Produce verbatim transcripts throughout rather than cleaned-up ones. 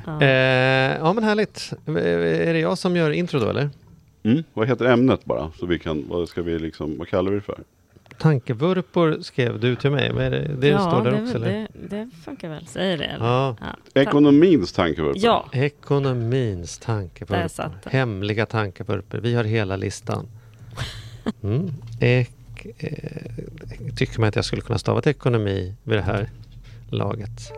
Ja. Eh, ja, men härligt. Är det jag som gör intro då, eller? Mm. Vad heter ämnet bara? Så vi kan, vad ska vi liksom, vad kallar vi det för? Tankevurpor skrev du till mig. Men är det det ja, står där det, också, eller? Det, det funkar väl. Säger det, eller? Ja. Ja. Ekonomins tankevurpor. Ja. Ekonomins Där tankevurpor. satt det. Hemliga tankevurpor. Vi har hela listan. Mm. Ek, eh, tycker man att jag skulle kunna stava till ekonomi vid det här laget.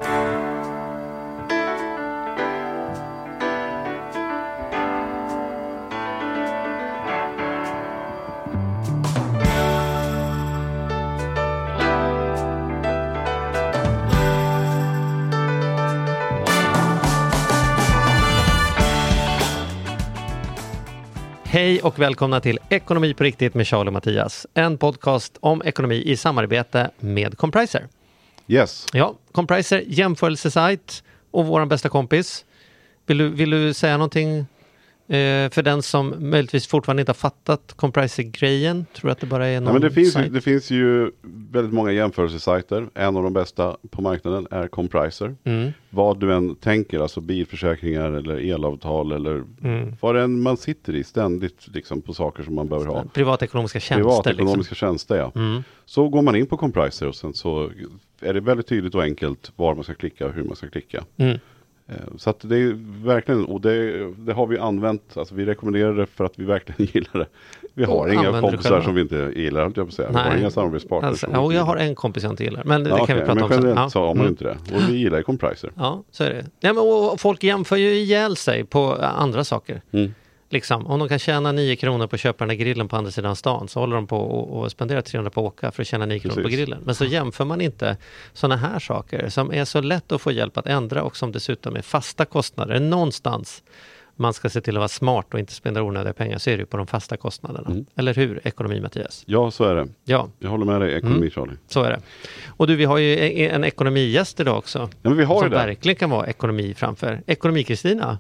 Hej och välkomna till Ekonomi på riktigt med Charlie och Mattias. En podcast om ekonomi i samarbete med Compriser. Yes. Ja, Compriser, jämförelsesajt och vår bästa kompis. Vill du, vill du säga någonting eh, för den som möjligtvis fortfarande inte har fattat Compriser-grejen? Tror att det bara är någon Ja, men det, finns ju, sajt? det finns ju väldigt många jämförelsesajter. En av de bästa på marknaden är Compriser. Mm. Vad du än tänker, alltså bilförsäkringar eller elavtal eller Mm. vad det än man sitter i ständigt liksom, på saker som man behöver ha. Privatekonomiska tjänster. Privatekonomiska liksom. tjänster, ja. Mm. Så går man in på Compriser och sen så är det väldigt tydligt och enkelt var man ska klicka och hur man ska klicka. Mm. Så att det är verkligen, och det, det har vi använt, alltså vi rekommenderar det för att vi verkligen gillar det. Vi har Och inga använder kompisar själva. som vi inte gillar, jag på säga. Vi Nej. har inga samarbetspartners. Alltså, som vi ja, inte jag har gillar. en kompis jag inte gillar. Men det Ja, kan okej, vi prata men om sen. generellt Ja. så har man Mm. inte det. Och vi gillar Compriser. Ja, så är det. Nej, men, och, och folk jämför ju ihjäl sig på andra saker. Mm. Liksom, om de kan tjäna nio kronor på att köpa den här grillen på andra sidan stan, så håller de på och, och spenderar trehundra på att åka för att tjäna nio kronor på Precis. grillen. Men så jämför man inte sådana här saker som är så lätt att få hjälp att ändra och som dessutom är fasta kostnader. Någonstans man ska se till att vara smart och inte spendera onödiga pengar, så är det ju på de fasta kostnaderna. Mm. Eller hur, ekonomi Mattias? Ja, så är det. Ja, Jag håller med dig, ekonomi Mm. Charlie. så är det. Och du, vi har ju en, en ekonomigäst idag också. Ja, men vi har ju som det. verkligen kan vara ekonomi framför. Ekonomi-Kristina.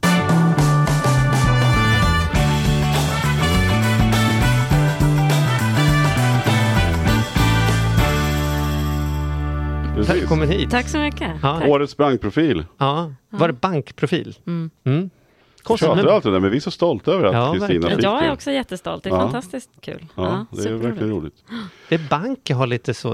Precis. Välkommen hit. Tack så mycket. Ja. Tack. Årets bankprofil. Ja, var det bankprofil? Mm. Mm. Jag Konstigt, tjatar men, alltid det, men vi är så stolta över att Ja, Kristina verkligen. fick Jag är det. också jättestolt. Det är Ja. fantastiskt kul. Ja, det är superroligt. verkligen roligt. det är bank har lite så...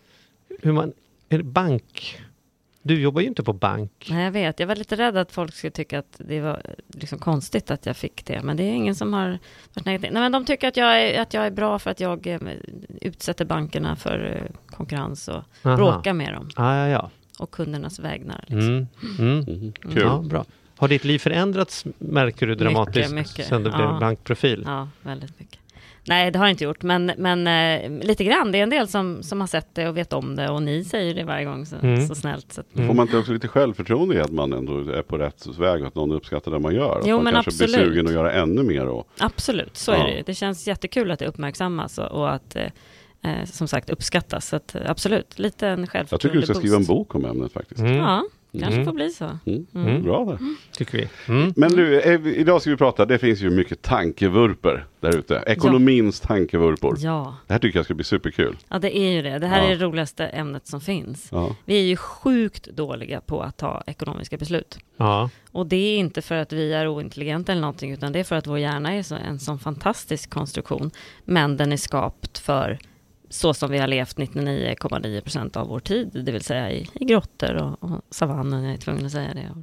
Hur man... Är det bank? Du jobbar ju inte på bank. Nej, jag vet. Jag var lite rädd att folk skulle tycka att det var liksom konstigt att jag fick det. Men det är ingen som har varit negativ. Nej, men de tycker att jag, är, att jag är bra för att jag eh, utsätter bankerna för eh, konkurrens och Aha. bråkar med dem. Ja, ja, ja. Och kundernas vägnar. Liksom. Mm. Mm. Mhm. Kul. Ja, bra. Har ditt liv förändrats, märker du dramatiskt, Mycket, mycket. sen du blev Ja. bankprofil? Ja, väldigt mycket. Nej, det har jag inte gjort. Men, men eh, lite grann. Det är en del som, som har sett det och vet om det. Och ni säger det varje gång så, Mm. så snällt. Så att, Mm. Får man inte också lite självförtroende i att man ändå är på rätt väg och att någon uppskattar det man gör? Att Jo, man men kanske absolut. blir sugen att göra ännu mer. Och, Absolut, så Ja. är det. Det känns jättekul att det uppmärksammas och, och att eh, eh, som sagt uppskattas. Så att, eh, absolut, lite en jag självförtroende tycker du ska skriva en boost. bok om ämnet faktiskt. Mm. Ja, kanske Mm. får bli så. Mm. Mm. Bra där. Tycker vi. Mm. Men du, eh, idag ska vi prata, det finns ju mycket tankevurper där ute. Ekonomins tankevurpor. Ja. Det här tycker jag ska bli superkul. ja, det är ju det. Det här Ja. är det roligaste ämnet som finns. Ja. Vi är ju sjukt dåliga på att ta ekonomiska beslut. Ja. Och det är inte för att vi är ointelligenta eller någonting, utan det är för att vår hjärna är så, en sån fantastisk konstruktion. Men den är skapt för så som vi har levt nittionio komma nio procent av vår tid, det vill säga i, i grottor och, och savannen, jag är tvungen att säga det.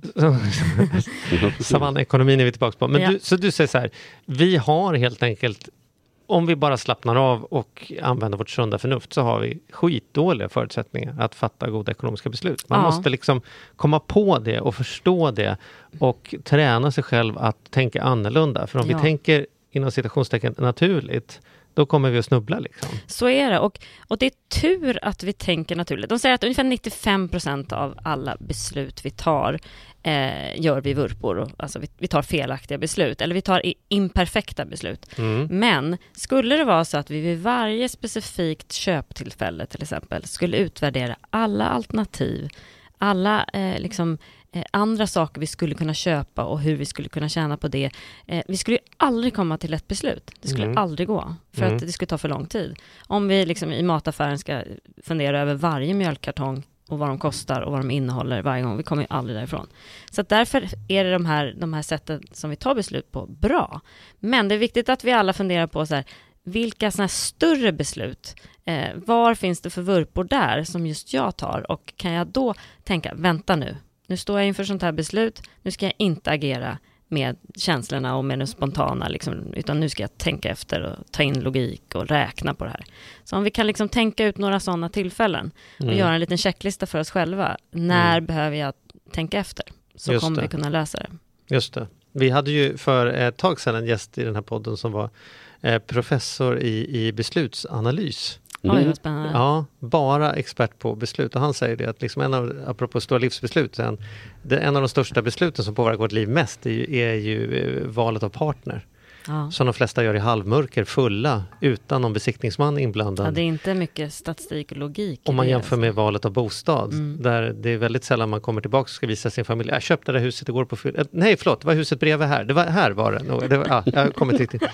Savannekonomin är vi tillbaka på. Men Ja. du, så du säger så här, vi har helt enkelt, om vi bara slappnar av och använder vårt sunda förnuft, så har vi skitdåliga förutsättningar att fatta goda ekonomiska beslut. Man Ja. måste liksom komma på det och förstå det och träna sig själv att tänka annorlunda. För om Ja. vi tänker inom citationstecken naturligt, då kommer vi att snubbla liksom. Så är det. Och, och det är tur att vi tänker naturligt. De säger att ungefär nittiofem procent av alla beslut vi tar eh, gör vi vurpor. Och, alltså vi, vi tar felaktiga beslut. Eller vi tar i, imperfekta beslut. Mm. Men skulle det vara så att vi vid varje specifikt köptillfälle till exempel skulle utvärdera alla alternativ, alla eh, liksom eh, andra saker vi skulle kunna köpa och hur vi skulle kunna tjäna på det. Eh, vi skulle ju aldrig komma till ett beslut. Det skulle Mm. aldrig gå. För Mm. att det skulle ta för lång tid. Om vi liksom i mataffären ska fundera över varje mjölkkartong och vad de kostar och vad de innehåller varje gång. Vi kommer ju aldrig därifrån. Så att därför är det de här, de här sätten som vi tar beslut på bra. Men det är viktigt att vi alla funderar på så här, vilka såna här större beslut, eh, var finns det för vurpor där som just jag tar? Och kan jag då tänka, vänta nu, nu står jag inför sånt här beslut, nu ska jag inte agera med känslorna och med det spontana, liksom, utan nu ska jag tänka efter och ta in logik och räkna på det här. Så om vi kan liksom tänka ut några sådana tillfällen och mm. göra en liten checklista för oss själva, när mm. behöver jag tänka efter? Så just kommer det. Vi kunna lösa det. Just det. Vi hade ju för ett tag sedan en gäst i den här podden som var eh, professor i, i beslutsanalys. Mm. Oj, vad spännande. Ja, bara expert på beslut. Och han säger det att liksom en av, apropå stora livsbeslut, en, det, en av de största besluten som påverkar vårt liv mest är ju, är ju valet av partner. Ja. Som de flesta gör i halvmörker, fulla, utan någon besiktningsman inblandad. Ja, det är inte mycket statistik och logik. Om man jämför med valet av bostad, mm. där det är väldigt sällan man kommer tillbaka och ska visa sin familj. Jag köpte det huset igår på fyll. Nej, förlåt, det var huset bredvid här. Det var här var det. det var, ja, jag kommer inte riktigt.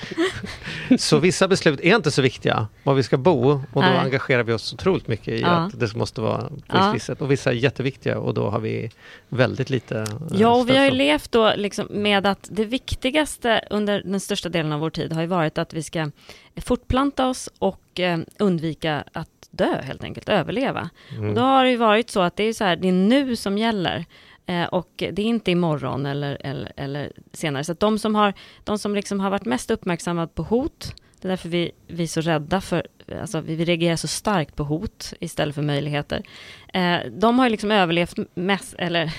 Så vissa beslut är inte så viktiga, var vi ska bo. Och då Nej. engagerar vi oss otroligt mycket i ja. att det måste vara på ja. ett sätt. Och vissa är jätteviktiga och då har vi väldigt lite. Ja, och vi har ju levt då liksom med att det viktigaste under den största delen av vår tid har ju varit att vi ska fortplanta oss och eh, undvika att dö, helt enkelt, överleva. Mm. Och då har det ju varit så att det är så här, det är nu som gäller eh, och det är inte imorgon eller, eller, eller senare. Så att de som har, de som liksom har varit mest uppmärksammade på hot, det är därför vi, vi är så rädda för, alltså vi, vi reagerar så starkt på hot istället för möjligheter. Eh, de har ju liksom överlevt mest, eller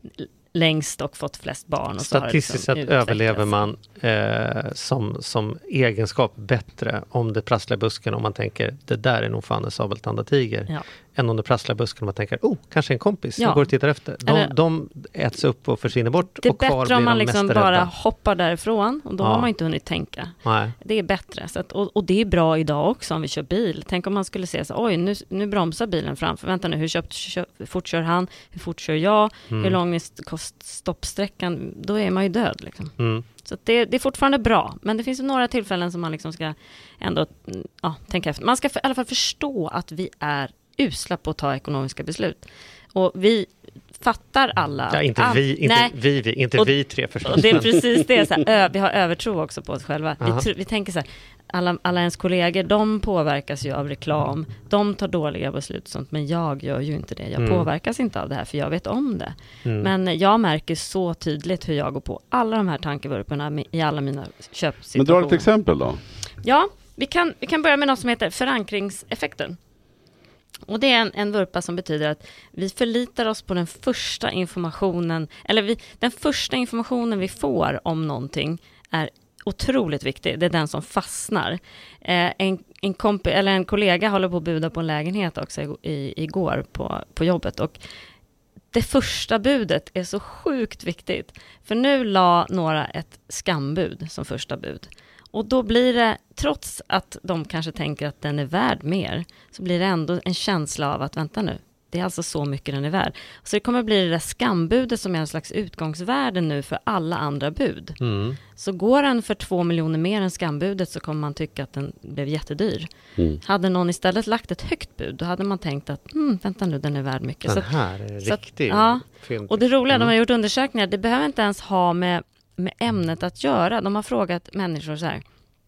längst och fått flest barn. Och statistiskt sett liksom överlever man eh, som, som egenskap bättre om det prasslar i busken, om man tänker det där är nog fan en sabeltandad tiger. Ja. Än om det prasslar i busken och man tänker, oh, kanske en kompis ja. som går och tittar efter. De, Eller, de äts upp och försvinner bort. Det är och kvar bättre om man liksom bara rädda. hoppar därifrån och då ja. har man inte hunnit tänka. Nej. Det är bättre. Så att, och, och det är bra idag också om vi kör bil. Tänk om man skulle säga så, oj, nu, nu bromsar bilen framför. Vänta nu, hur, köpt, kör, hur fort kör han? Hur fort kör jag? Mm. Hur lång är stoppsträckan? Då är man ju död liksom. Mm. Så att det, det är fortfarande bra. Men det finns ju några tillfällen som man liksom ska ändå ja, tänka efter. Man ska för, i alla fall förstå att vi är usla på att ta ekonomiska beslut. Och vi fattar alla. Ja, inte all, vi, inte nej. vi, vi, inte och, vi tre förstås. Och det är precis det. Så här, ö, vi har övertro också på oss själva. Vi, tr, vi tänker så här, alla, alla ens kollegor, de påverkas ju av reklam. De tar dåliga beslut och sånt, men jag gör ju inte det. Jag mm. påverkas inte av det här, för jag vet om det. Mm. Men jag märker så tydligt hur jag går på alla de här tankevurporna i alla mina köpsituationer. Men dra ett exempel då. Ja, vi kan, vi kan börja med något som heter förankringseffekten. Och det är en, en vurpa som betyder att vi förlitar oss på den första informationen, eller vi, den första informationen vi får om någonting är otroligt viktig. Det är den som fastnar. Eh, en, en, komp- eller en kollega håller på att buda på en lägenhet också i, i, igår på, på jobbet, och det första budet är så sjukt viktigt. För nu la några ett skambud som första bud. Och då blir det, trots att de kanske tänker att den är värd mer, så blir det ändå en känsla av att vänta nu, det är alltså så mycket den är värd. Så det kommer bli det där skambudet som är en slags utgångsvärde nu för alla andra bud. Mm. Så går den för två miljoner mer än skambudet, så kommer man tycka att den blev jättedyr. Mm. Hade någon istället lagt ett högt bud, då hade man tänkt att mm, vänta nu, den är värd mycket. Den här är så riktig. Ja. Och det roliga, mm. de har gjort undersökningar, det behöver inte ens ha med med ämnet att göra. De har frågat människor så här.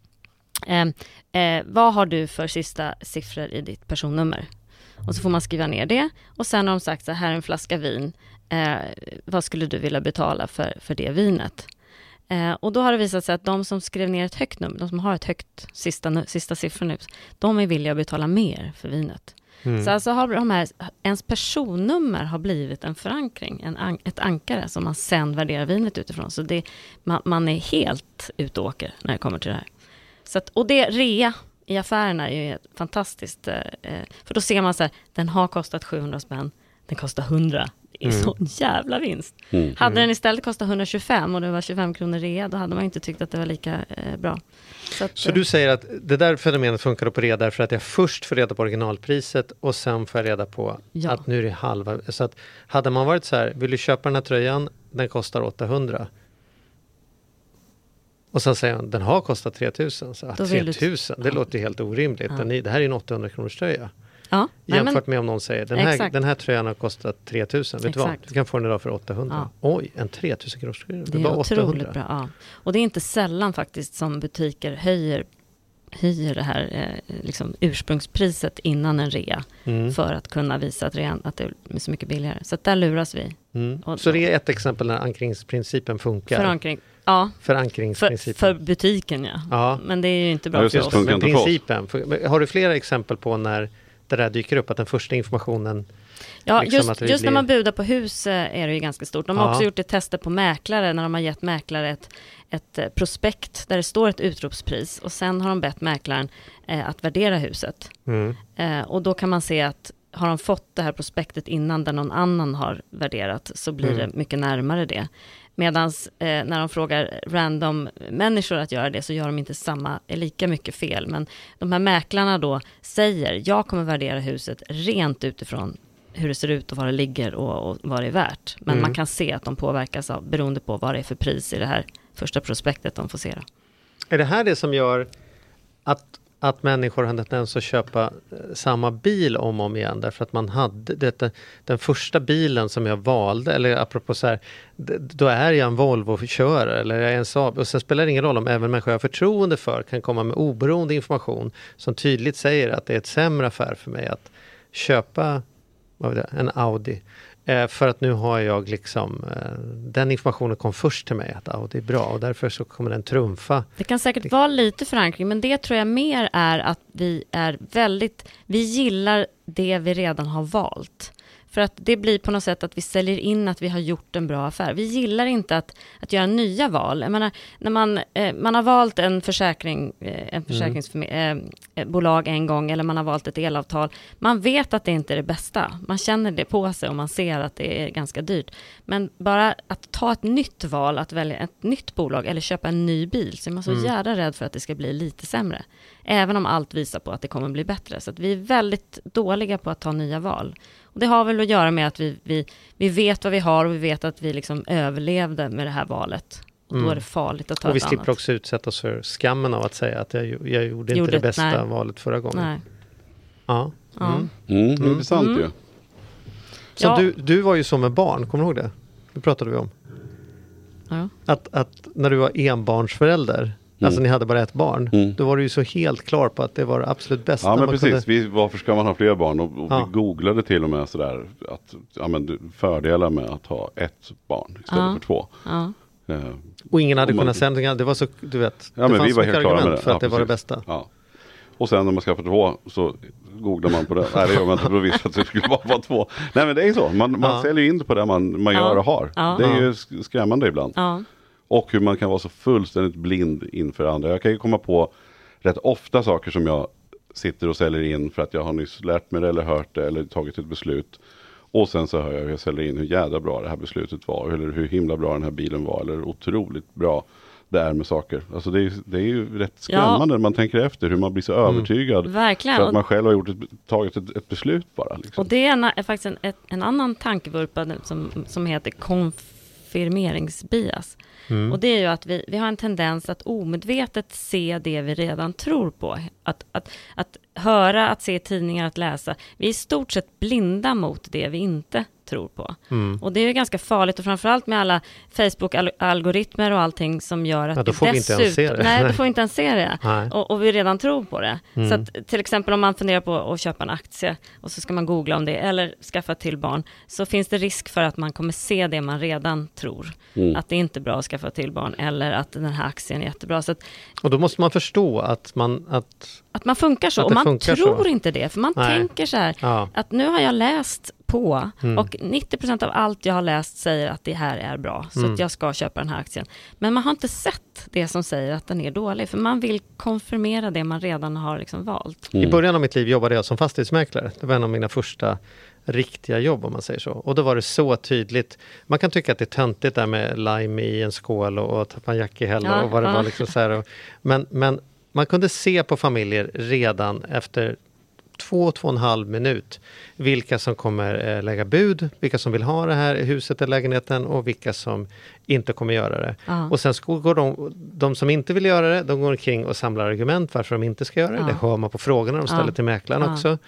Eh, eh, vad har du för sista siffror i ditt personnummer? Och så får man skriva ner det. Och sen har de sagt så här, en flaska vin. Eh, vad skulle du vilja betala för, för det vinet? Eh, och då har det visat sig att de som skrev ner ett högt nummer, de som har ett högt sista, sista siffror nu, de är villiga att betala mer för vinet. Mm. Så alltså har de här, ens personnummer har blivit en förankring, en an, ett ankare som man sen värderar vinet utifrån. Så det, man, man är helt ute och åker när det kommer till det här. Så att, och det rea i affärerna är ju fantastiskt. Eh, för då ser man så här, den har kostat sjuhundra spänn, den kostar hundra. Det är mm. sån jävla vinst. Mm. Hade den istället kostat hundratjugofem och det var tjugofem kronor rea, då hade man inte tyckt att det var lika eh, bra. Så, att, så du säger att det där fenomenet funkar på reda därför att jag först får reda på originalpriset och sen får jag reda på ja. att nu är det halva. Så att hade man varit så här, vill du köpa den här tröjan, den kostar åttahundra. Och sen säger han, den har kostat tre tusen. Så, tre tusen, det låter ju helt orimligt. Ja. Den, det här är en åttahundra kronors tröja. Ja, jämfört men, med om någon säger den här, den här tröjan har kostat tre tusen. Vet du vad? Du kan få den idag för åttahundra. Ja. Oj, en tre tusen kronor. Det, det är var otroligt bra. Ja. Och det är inte sällan faktiskt som butiker höjer höjer det här eh, liksom ursprungspriset innan en rea mm. för att kunna visa att, rean, att det är så mycket billigare. Så att där luras vi. Mm. Och så det är ett exempel när ankringsprincipen funkar? Förankring, ja. Förankringsprincipen. För, för butiken, ja. ja. Men det är ju inte bra ja, för oss. Men principen, för, har du flera exempel på när det där dyker upp, att den första informationen... Ja, liksom just, att just blir... när man budar på hus är det ju ganska stort. De har ja. också gjort ett tester på mäklare när de har gett mäklare ett, ett prospekt där det står ett utropspris och sen har de bett mäklaren eh, att värdera huset. Mm. Eh, och då kan man se att har de fått det här prospektet innan där någon annan har värderat så blir mm. det mycket närmare det. Medan eh, när de frågar random människor att göra det så gör de inte samma, lika mycket fel. Men de här mäklarna då säger jag kommer värdera huset rent utifrån hur det ser ut och var det ligger och, och vad det är värt. Men mm. man kan se att de påverkas av beroende på vad det är för pris i det här första prospektet de får se. Då. Är det här det som gör att, att människor har en tendens att köpa samma bil om och om igen? Därför att man hade detta, den första bilen som jag valde, eller apropå så här, då är jag en Volvo-körare eller jag är en Saab. Och sen spelar det ingen roll om även människor jag har förtroende för kan komma med oberoende information som tydligt säger att det är ett sämre affär för mig att köpa vad det, en Audi. Eh, för att nu har jag liksom, eh, den informationen kom först till mig att Audi är bra och därför så kommer den trumfa. Det kan säkert vara lite förankring, men det tror jag mer är att vi är väldigt, vi gillar det vi redan har valt. För att det blir på något sätt att vi säljer in att vi har gjort en bra affär. Vi gillar inte att, att göra nya val. Jag menar, när man, eh, man har valt en försäkring, eh, en försäkringsbolag eh, en gång eller man har valt ett elavtal. Man vet att det inte är det bästa. Man känner det på sig och man ser att det är ganska dyrt. Men bara att ta ett nytt val, att välja ett nytt bolag eller köpa en ny bil så är man så mm. jävla rädd för att det ska bli lite sämre. Även om allt visar på att det kommer bli bättre. Så att vi är väldigt dåliga på att ta nya val. Och det har väl att göra med att vi, vi, vi vet vad vi har och vi vet att vi liksom överlevde med det här valet. Och mm. då är det farligt att ta och vi ett slipper annat. också utsätta oss för skammen av att säga att jag, jag gjorde inte gjorde, det bästa nej. valet förra gången. Nej. Ja. Ja. Mm. Mm. Mm. Intressant mm. ju. Så ja. du, du var ju som en barn, kommer du ihåg det? Det pratade vi om. Ja. Att, att när du var enbarnsförälder, mm. alltså ni hade bara ett barn, mm. då var du ju så helt klar på att det var det absolut bästa. Ja men man precis, kunde... vi, varför ska man ha fler barn? Och, och ja. vi googlade till och med sådär att ja, men, fördelar med att ha ett barn istället ja. för två. Ja. Eh, och ingen hade man... kunnat säga det var så, du vet, ja, det men fanns vi var så helt mycket klara argument med det. för att Ja, det var det precis. bästa. Ja. Och sen när man skaffar två så googlar man på det. Nej, det gör man inte på visst att det skulle bara vara två. Nej, men det är så. Man, man ja. säljer in på det man, man ja. gör och har. Ja. Det är ju skrämmande ibland. Ja. Och hur man kan vara så fullständigt blind inför andra. Jag kan ju komma på rätt ofta saker som jag sitter och säljer in för att jag har nyss lärt mig det eller hört det eller tagit ett beslut. Och sen så hör jag hur jag säljer in hur jävla bra det här beslutet var. Eller hur himla bra den här bilen var. Eller otroligt bra det är med saker. Alltså det är, det är ju rätt skrämmande ja. när man tänker efter hur man blir så mm. övertygad. Verkligen. För att man själv har gjort ett, tagit ett, ett beslut bara. Liksom. Och det är, en, är faktiskt en, ett, en annan tankevurpa som, som heter konfirmeringsbias. Mm. Och det är ju att vi, vi har en tendens att omedvetet se det vi redan tror på. Att, att, att höra, att se tidningar, att läsa. Vi är i stort sett blinda mot det vi inte tror på. Mm. Och det är ju ganska farligt och framförallt med alla Facebook-algoritmer och allting som gör att ja, då får vi inte ens se det. Nej, då får vi inte ens se det. Och, och vi redan tror på det. Mm. Så att, till exempel om man funderar på att köpa en aktie och så ska man googla om det eller skaffa till barn så finns det risk för att man kommer se det man redan tror. Mm. Att det är inte bra att skaffa till barn eller att den här aktien är jättebra. Så att, och då måste man förstå att man... Att, att man funkar så. Och man tror så. inte det. För man Nej. tänker så här ja. att nu har jag läst på mm. och nittio procent av allt jag har läst säger att det här är bra så mm. att jag ska köpa den här aktien. Men man har inte sett det som säger att den är dålig för man vill konfirmera det man redan har liksom valt. Mm. I början av mitt liv jobbade jag som fastighetsmäklare. Det var en av mina första riktiga jobb om man säger så. Och då var det så tydligt. Man kan tycka att det är töntigt där med lime i en skål och, och tapanjaki heller ja, och vad det ja. var liksom så här. Och, men, men man kunde se på familjer redan efter två, två och en halv minut vilka som kommer eh, lägga bud, vilka som vill ha det här i huset eller lägenheten och vilka som inte kommer göra det. Ja. Och sen går de, de som inte vill göra det, de går omkring och samlar argument varför de inte ska göra det. Ja. Det hör man på frågorna de ställer ja. till mäklaren ja. också.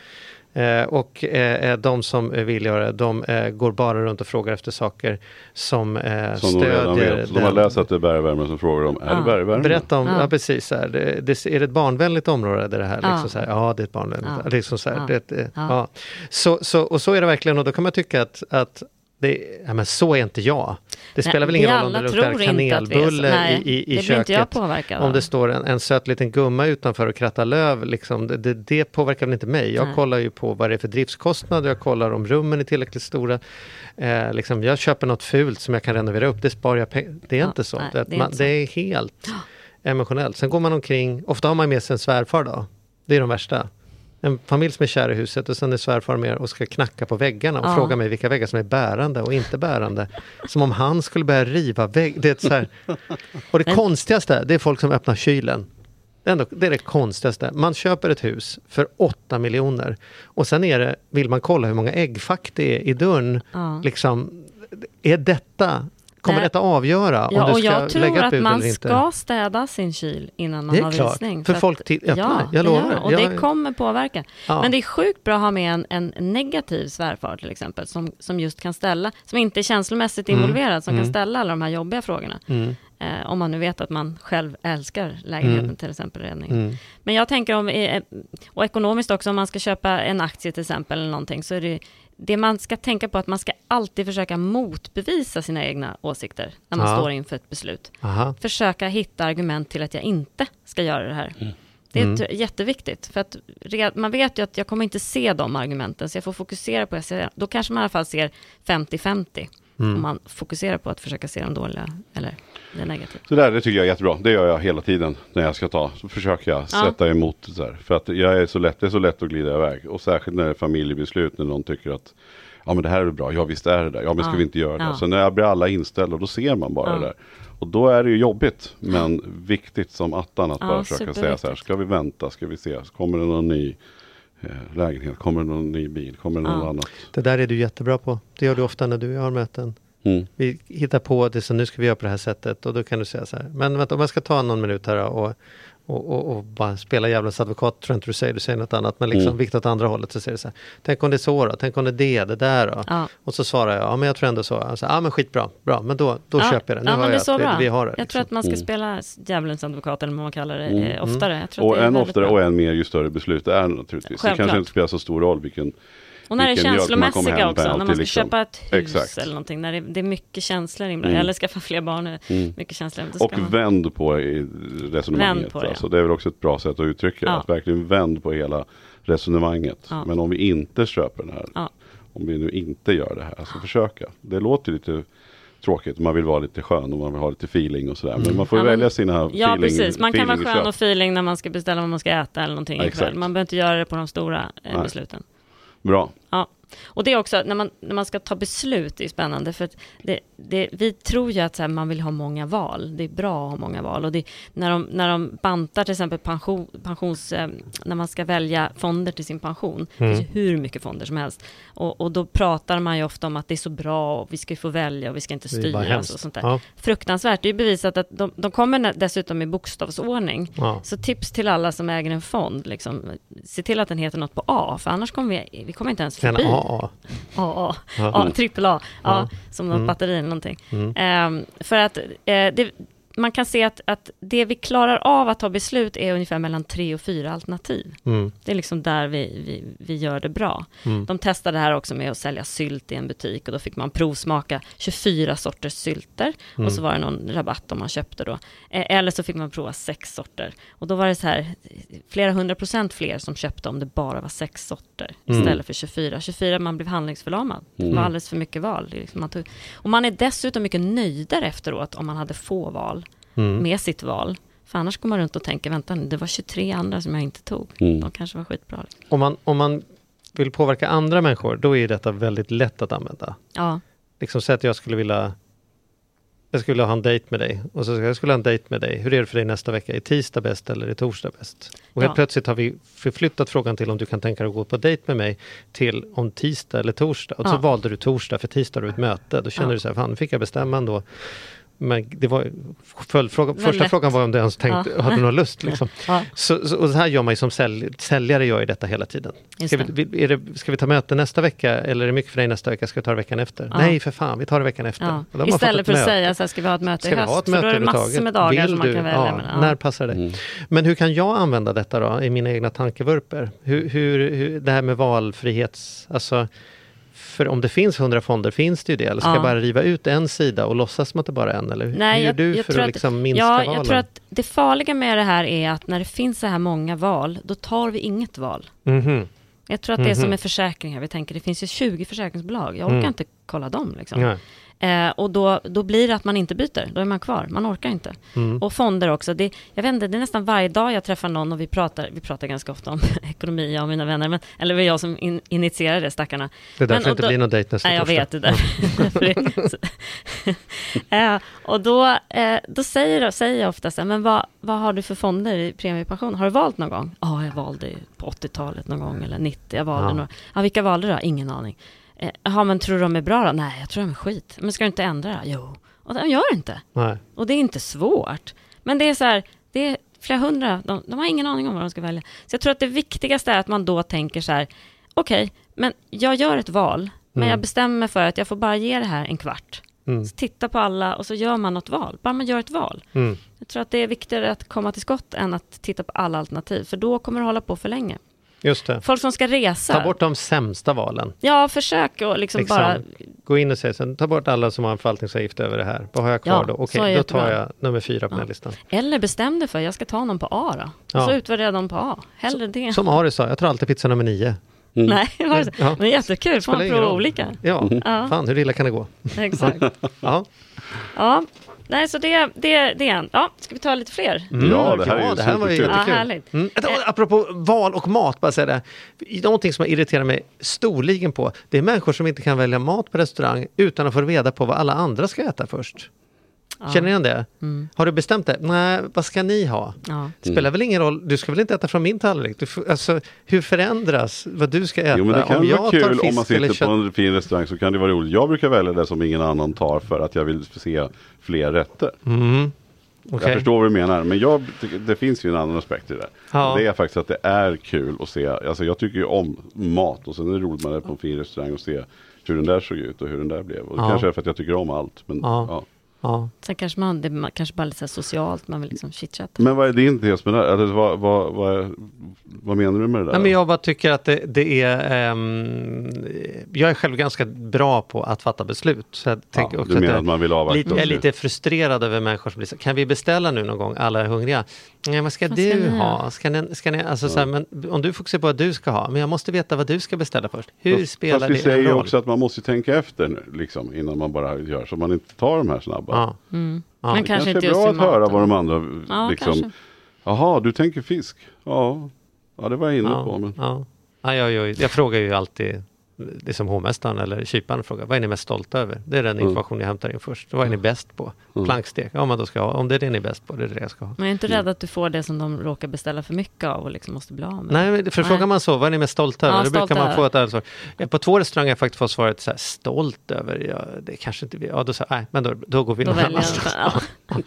Eh, och eh, de som vill göra det, de eh, går bara runt och frågar efter saker som, eh, som stödjer. De, vet. Så de har läst att det är bergvärme som frågar dem, är ja. det bergvärme? Berätta om, ja. ja precis så här, det, det, är det ett barnvänligt område det här? Ja. Liksom så här, ja, det är ett barnvänligt. Ja. Liksom så, här, Ja. det, det, Ja. ja. Så, så, och så är det verkligen, och då kan man tycka att, att det, ja, men så är inte jag. Det spelar Nej, väl ingen vi roll om det alla luktar tror inte att vi är så. kanelbulle Nej, i, i, i det blir köket. inte jag påverkad Om av. det står en, en söt liten gumma utanför och krattar löv, liksom, det, det, det påverkar väl inte mig. Jag Nej. kollar ju på vad det är för driftskostnader, jag kollar om rummen är tillräckligt stora. Eh, liksom, jag köper något fult som jag kan renovera upp, det sparar jag pengar. Det är Ja, inte så. nej, det, det är man, inte så. det är helt emotionellt. Sen går man omkring, ofta har man med sig en svärfar då. Det är de värsta. En familj som är kär i huset och sen är svärfar med och ska knacka på väggarna och Ja. fråga mig vilka väggar som är bärande och inte bärande. Som om han skulle börja riva vägg. Det är så här. Och det Men- konstigaste, det är folk som öppnar kylen. Det är, ändå, det är det konstigaste. Man köper ett hus för åtta miljoner och sen är det, vill man kolla hur många äggfack det är i dörren. Ja. Liksom, är detta, kommer Nej. detta avgöra om Ja, du och ska jag lägga tror ett att bud man eller inte? ska städa sin kyl innan man Det är har klart, visning. för att- folk till- öppnar, ja, jag det lovar. gör, och Jag- det kommer påverka. Ja. Men det är sjukt bra att ha med en, en negativ svärfar till exempel, som, som just kan ställa, som inte är känslomässigt involverad, som Mm. kan ställa alla de här jobbiga frågorna. Mm. Eh, om man nu vet att man själv älskar lägenheten, Mm. till exempel redning. Mm. Men jag tänker om, eh, och ekonomiskt också, om man ska köpa en aktie till exempel eller någonting, så är det det man ska tänka på, att man ska alltid försöka motbevisa sina egna åsikter när man Ja. står inför ett beslut. Aha. Försöka hitta argument till att jag inte ska göra det här. Det är Mm. t- jätteviktigt, för att re- man vet ju att jag kommer inte se de argumenten, så jag får fokusera på det. Då kanske man i alla fall ser femtio femtio. Mm. Om man fokuserar på att försöka se de dåliga eller det negativa. Så där, det tycker jag är jättebra. Det gör jag hela tiden när jag ska ta. Så försöker jag Ja. sätta emot så här. För att jag är så lätt, det är så lätt att glida iväg. Och särskilt när det är familjebeslut, när någon tycker att ja men det här är bra, ja visst är det där, ja men ska Ja. vi inte göra det. Ja. Så när jag blir alla inställda, då ser man bara Ja. det där. Och då är det ju jobbigt, men viktigt som attan att Ja, bara försöka säga så här, superviktigt. ska vi vänta, ska vi se, kommer det någon ny eh, lägenhet, kommer det någon ny bil, kommer det något Ja. annat. Det där är du jättebra på. Det gör du ofta när du och jag har möten. Mm. Vi hittar på det, så nu ska vi göra på det här sättet, och då kan du säga så här, men vänta, om jag ska ta någon minut här och, och, och, och bara spela jävlans advokat, tror jag inte du säger, du säger något annat, men liksom Mm. viktigt åt andra hållet, så säger du så här, tänk om det är så då, tänk om det är det, det där då. Ja. Och så svarar jag, ja men jag tror ändå så. Alltså, ja men skitbra, bra, men då, då Ja, köper jag det. Nu ja, har men det är jag så att bra. vi, vi har det. Jag tror att man ska Mm. spela djävulens advokat, eller vad man kallar det, Mm. eh, oftare. Jag tror Och att det är än väldigt oftare bra. och än mer ju större beslut det är naturligtvis. Det Självklart. kanske inte spelar så stor roll vilken. Och när det är vilken mjölk man kommer känslomässiga hem också, med när man ska till, liksom. köpa ett hus Exakt. eller någonting, när det, det är mycket känslor inblandade, Mm. eller skaffa fler barn, Mm. mycket känslor. Då ska Och man- vänd på i resonemanget. Vänd på det, ja. Alltså, det är väl också ett bra sätt att uttrycka det. Ja. Att verkligen vänd på hela resonemanget. Ja. Men om vi inte köper den här. Ja. Om vi nu inte gör det här. Alltså försöka. Det låter lite tråkigt. Man vill vara lite skön och man vill ha lite feeling och sådär. Men man får Ja, men- välja sina Ja, feeling. precis. Man kan vara feeling i skön köp. och feeling när man ska beställa vad man ska äta eller någonting Ja, ikväll. exakt. Man behöver inte göra det på de stora eh, Nej. besluten. Bra. Ja. Och det är också, när man, när man ska ta beslut, det är spännande, för att det, det, vi tror ju att så här, man vill ha många val. Det är bra att ha många val. Och det, när, de, när de bantar till exempel pension, pensions, eh, när man ska välja fonder till sin pension, det Mm. finns ju hur mycket fonder som helst. Och, och då pratar man ju ofta om att det är så bra och vi ska ju få välja och vi ska inte Det är bara styras hemskt. och sånt där. Ja. Fruktansvärt. Det är ju bevisat att de, de kommer nä- dessutom i bokstavsordning. Ja. Så tips till alla som äger en fond, liksom, se till att den heter något på A, för annars kommer vi, vi kommer inte ens En förbi. A A. A A, Ja. ja, trippel A, ja, Ja. som något Mm. batteri eller någonting. Mm. Ehm, för att eh, det, man kan se att, att det vi klarar av att ta beslut är ungefär mellan tre och fyra alternativ. Mm. Det är liksom där vi, vi, vi gör det bra. Mm. De testade det här också med att sälja sylt i en butik, och då fick man provsmaka tjugofyra sorters sylter, Mm. och så var det någon rabatt om man köpte då. Eh, eller så fick man prova sex sorter. Och då var det så här, flera hundra procent fler som köpte om det bara var sex sorter Mm. istället för tjugofyra. tjugofyra, man blev handlingsförlamad. Det Mm. var alldeles för mycket val. Det är liksom man tog, och man är dessutom mycket nöjdare efteråt om man hade få val Mm. med sitt val. För annars går man runt och tänker, vänta nu, det var tjugotre andra som jag inte tog. Mm. De kanske var skitbra. Om, man, om man vill påverka andra människor, då är detta väldigt lätt att använda. Ja, Liksom säg att jag skulle vilja jag skulle ha en dejt med dig, och så ska jag skulle ha en dejt med dig. Hur är det för dig nästa vecka? Är tisdag bäst eller är torsdag bäst? Och helt Ja. plötsligt har vi förflyttat frågan till om du kan tänka dig att gå på dejt med mig till om tisdag eller torsdag. Och så Ja. valde du torsdag, för tisdag har du ett möte. Då känner Ja. du så här, fan, nu fick jag bestämma ändå. Men det var följdfrågan, första lätt. frågan var om du ens tänkte, Ja. hade du någon lust liksom. Ja. Så, så, och så här gör man ju som sälj, säljare gör ju detta hela tiden. Just Ska vi, vi- är det, ska vi ta möte nästa vecka eller är det mycket för dig nästa vecka? Ska vi ta det veckan efter? Ja. Nej för fan, vi tar det veckan efter. Ja. Och då har man fått Istället ett för att möte. säga så här, ska vi ha ett möte Ska i vi höst? ha ett För möte då är det massor överhuvudtaget? med dagar Vill som man du? kan välja Ja, mellan. när passar det? Mm. Men hur kan jag använda detta då i mina egna tankevurper? Hur, hur, hur, det här med valfrihets... Alltså, för om det finns hundra fonder finns det ju det. Eller ska Ja. jag bara riva ut en sida och låtsas som att det bara är en? Eller hur Nej, hur gör jag- du jag för tror att att- liksom minska Ja, valen? jag tror att det farliga med det här är att när det finns så här många val, då tar vi inget val. Mhm. Jag tror att det är som Mhm. med försäkringar. Vi tänker, det finns ju tjugo försäkringsbolag. Jag orkar Mm. inte kolla dem. Liksom. Nej. Eh, och då, då blir det att man inte byter. Då är man kvar. Man orkar inte. Mm. Och fonder också. Det, jag vet inte, det är nästan varje dag jag träffar någon och vi pratar, vi pratar ganska ofta om ekonomi, jag och mina vänner. Men, eller det var jag som in, initierade det, stackarna. Det är därför Men, det och inte då- blir någon dejt nästa Nej, jag torsdag. vet det där. Därför det- så- eh, och då, eh, då säger, säger jag ofta så här, men vad, vad har du för fonder i premiepension? Har du valt någon gång? Ja, jag valde på åttiotalet någon gång, eller nittio. Jag valde Ja. några. Ja, vilka valde du då? Ingen aning. Eh, Jaha, men tror du de är bra då? Nej, jag tror de är skit. Men ska du inte ändra då? Jo. Och de gör inte. Nej. Och det är inte svårt. Men det är så här, det är flera hundra, de, de har ingen aning om vad de ska välja. Så jag tror att det viktigaste är att man då tänker så här, okej, men jag gör ett val, men Mm. jag bestämmer mig för att jag får bara ge det här en kvart. Mm. Så titta på alla och så gör man något val. Bara man gör ett val. Mm. Jag tror att det är viktigare att komma till skott än att titta på alla alternativ, för då kommer det hålla på för länge. Just det. Folk som ska resa. Ta bort de sämsta valen. Ja, försök och liksom, Liksom, bara... Gå in och säga sen, ta bort alla som har en förvaltningsavgift över det här. Vad har jag kvar Ja, då? så Okej, är då tar jättebra. jag nummer fyra på Ja. den här listan. Eller bestäm dig för, jag ska ta någon på A då. Och Ja. så utvärderar de på A. Hellre det. Som Ari sa, jag tar alltid pizza nummer nio. Nej, var det så? Ja. Men jättekul, får Spelar man ingen prova roll. olika. Ja, Ja. fan hur illa kan det gå? Exakt. Ja, Ja, nej så det, det, det är en. Ja, ska vi ta lite fler? Mm. Ja, det här är ju det här var ju superkul. Ja, jättekul. härligt. Mm. Ett- Apropå val och mat, bara säga det. Någonting som irriterar mig storligen på, det är människor som inte kan välja mat på restaurang utan att få reda på vad alla andra ska äta först. Ja. Känner ni igen det? Mm. Har du bestämt det? Nej, vad ska ni ha? Ja. Det spelar väl ingen roll, du ska väl inte äta från min tallrik? Du får, alltså, hur förändras vad du ska äta? Jo men det kan om vara jag tar kul fisk om man eller sitter kött? på en fin restaurang, så kan det vara roligt. Jag brukar välja det som ingen annan tar för att jag vill se fler rätter. Mm. Okej. Jag förstår vad du menar, men jag, tycker- det finns ju en annan aspekt i det. Ja. Det är faktiskt att det är kul att se, alltså jag tycker ju om mat och sen är det roligt när man är på en fin restaurang och se hur den där såg ut och hur den där blev. Och det Ja. kanske är för att jag tycker om allt. Men, Ja. ja. Ja. Sen kanske man, det man kanske bara lite så här socialt, man vill liksom chitchatta. men vad är din tes med det här? Eller vad, vad, vad, vad menar du med det där? Nej, men jag bara tycker att det, det är... ehm, jag är själv ganska bra på att fatta beslut. Så jag tänker ja, också du att menar jag, att man vill avvakta lite, och jag är se. lite frustrerad över människor som blir så, kan vi beställa nu någon gång? Alla är hungriga. Nej, vad ska Vad ska du ni ha? ha? Ska ni, ska ni, alltså, så här, men om du fokuserar på vad du ska ha, men jag måste veta vad du ska beställa först. Hur Fast- spelar fast vi det säger en ju roll? också att man måste tänka efter nu, liksom, innan man bara gör, så man inte tar de här snabba. Ja. Mm. Ja, Men det kanske Kanske inte är just bra i att höra maten. vad de andra Ja, liksom, kanske. jaha, du tänker fisk. Ja, ja det var jag inne på. Ja, Men... ja. Ja, jag, jag, jag frågar ju alltid, det är som hovmästaren eller kyparen frågar, vad är ni mest stolta över? Det är den Mm. information jag hämtar in först. Vad är ni bäst på? Mm. Plankstek, ja men då ska jag ha. Om det är det ni är bäst på, det är det jag ska ha. Men jag är inte rädd att du får det som de råkar beställa för mycket av och liksom måste bli av med. Nej, men för frågar man så, vad är ni mest stolta över? Ja, Då brukar stolta man få över. ett ärligt svar. Ja, på två restauranger har jag faktiskt fått svaret så här, stolt över, ja, det kanske inte vi, ja då sa jag, nej, men då, då går vi Då någon väljer annanstans. jag. Ja.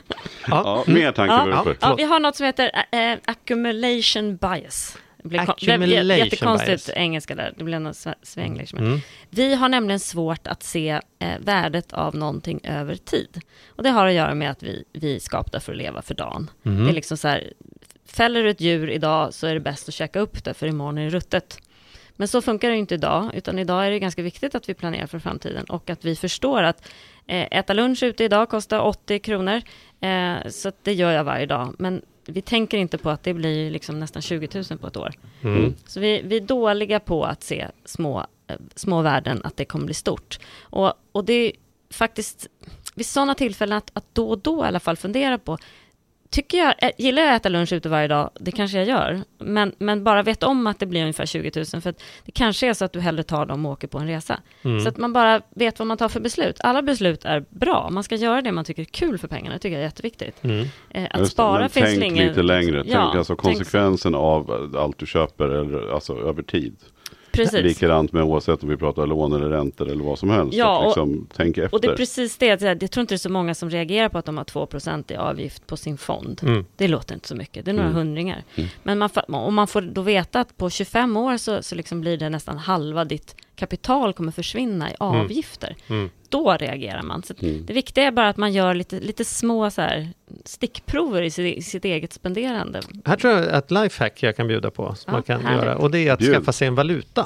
Ja, Mm. mer Ja, tankevurpor. ja, vi har något som heter äh, accumulation bias. Det blev, kon- det blev Accumulation jä- jättekonstigt bias. engelska där. Det blev någon sve- sväng liksom. Mm. Vi har nämligen svårt att se eh, värdet av någonting över tid. Och det har att göra med att vi, vi är skapta för att leva för dagen. Mm. Det är liksom så här, fäller du ett djur idag så är det bäst att käka upp det, för imorgon är det ruttet. Men så funkar det ju inte idag, utan idag är det ganska viktigt att vi planerar för framtiden och att vi förstår att eh, äta lunch ute idag kostar åttio kronor, eh, så att det gör jag varje dag. Men vi tänker inte på att det blir liksom nästan tjugo tusen på ett år. Mm. Så vi, vi är dåliga på att se små, eh, små värden, att det kommer bli stort. Och, och det är faktiskt vid sådana tillfällen att, att då och då i alla fall fundera på, tycker jag, ä- gillar jag att äta lunch ute varje dag? Det kanske jag gör. Men, men bara vet om att det blir ungefär tjugo tusen. För att det kanske är så att du hellre tar dem och åker på en resa. Mm. Så att man bara vet vad man tar för beslut. Alla beslut är bra. Man ska göra det man tycker är kul för pengarna. Det tycker jag är jätteviktigt. Mm. Eh, att Just det, spara men finns tänk ingen... lite längre. Ja, tänk alltså tänk- konsekvensen av allt du köper, eller, alltså över tid. Precis. Likadant med oavsett om vi pratar lån eller räntor eller vad som helst. Ja, att liksom och, tänka efter. och det är precis det. Jag tror inte det är så många som reagerar på att de har två procent i avgift på sin fond. Mm. Det låter inte så mycket. Det är några Mm. hundringar. Mm. Men man, om man får då veta att på tjugofem år så, så liksom blir det nästan halva ditt kapital kommer försvinna i avgifter. Mm. Då reagerar man. Så Mm. det viktiga är bara att man gör lite, lite små så här, stickprover i sitt, i sitt eget spenderande. Här tror jag att lifehack jag kan bjuda på. Som Ja, man kan härligt. göra. Och det är att Bjud. skaffa sig en valuta.